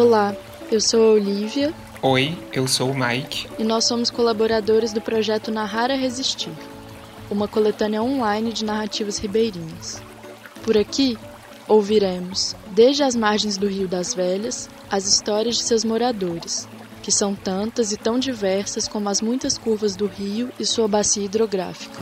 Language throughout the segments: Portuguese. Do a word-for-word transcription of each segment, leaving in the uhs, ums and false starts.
Olá, eu sou a Olivia. Oi, eu sou o Mike. E nós somos colaboradores do projeto Narrar é Resistir, uma coletânea online de narrativas ribeirinhas. Por aqui, ouviremos, desde as margens do Rio das Velhas, as histórias de seus moradores, que são tantas e tão diversas como as muitas curvas do rio e sua bacia hidrográfica.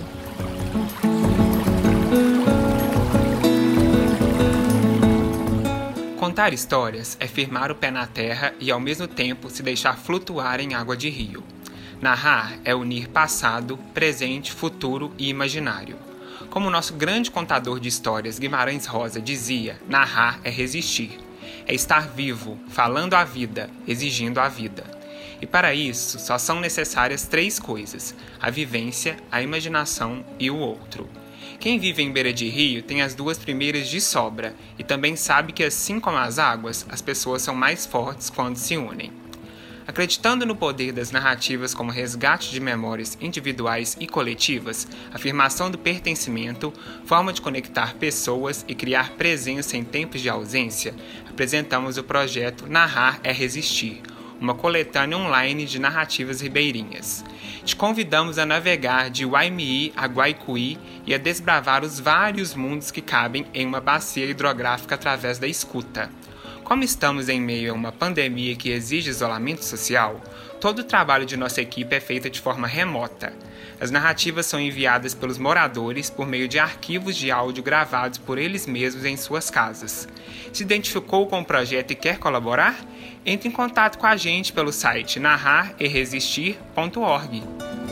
Contar histórias é firmar o pé na terra e ao mesmo tempo se deixar flutuar em água de rio. Narrar é unir passado, presente, futuro e imaginário. Como o nosso grande contador de histórias Guimarães Rosa dizia, narrar é resistir. É estar vivo, falando a vida, exigindo a vida. E para isso só são necessárias três coisas: a vivência, a imaginação e o outro. Quem vive em beira de rio tem as duas primeiras de sobra e também sabe que, assim como as águas, as pessoas são mais fortes quando se unem. Acreditando no poder das narrativas como resgate de memórias individuais e coletivas, afirmação do pertencimento, forma de conectar pessoas e criar presença em tempos de ausência, apresentamos o projeto Narrar é Resistir, uma coletânea online de narrativas ribeirinhas. Te convidamos a navegar de Waimii a Guaicuí e a desbravar os vários mundos que cabem em uma bacia hidrográfica através da escuta. Como estamos em meio a uma pandemia que exige isolamento social, todo o trabalho de nossa equipe é feito de forma remota. As narrativas são enviadas pelos moradores por meio de arquivos de áudio gravados por eles mesmos em suas casas. Se identificou com o projeto e quer colaborar? Entre em contato com a gente pelo site narrar e resistir ponto org.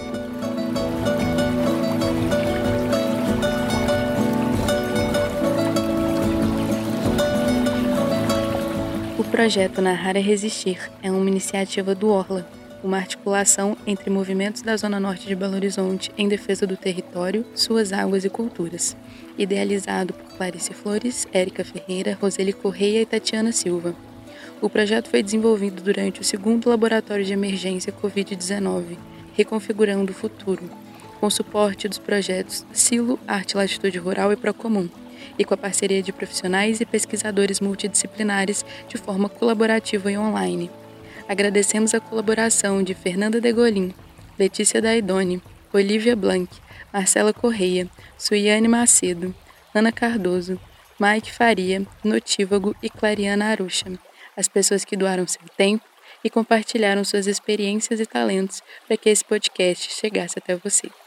O projeto Narrar é Resistir é uma iniciativa do Orla, uma articulação entre movimentos da Zona Norte de Belo Horizonte em defesa do território, suas águas e culturas. Idealizado por Clarice Flores, Érica Ferreira, Roseli Correia e Tatiana Silva. O projeto foi desenvolvido durante o segundo Laboratório de Emergência covid dezenove, Reconfigurando o Futuro, com suporte dos projetos Silo, Arte Latitude Rural e Procomum, e com a parceria de profissionais e pesquisadores multidisciplinares de forma colaborativa e online. Agradecemos a colaboração de Fernanda Degolin, Letícia Daidoni, Olivia Blanc, Marcela Correia, Suiane Macedo, Ana Cardoso, Mike Faria, Notívago e Clariana Arucha, as pessoas que doaram seu tempo e compartilharam suas experiências e talentos para que esse podcast chegasse até você.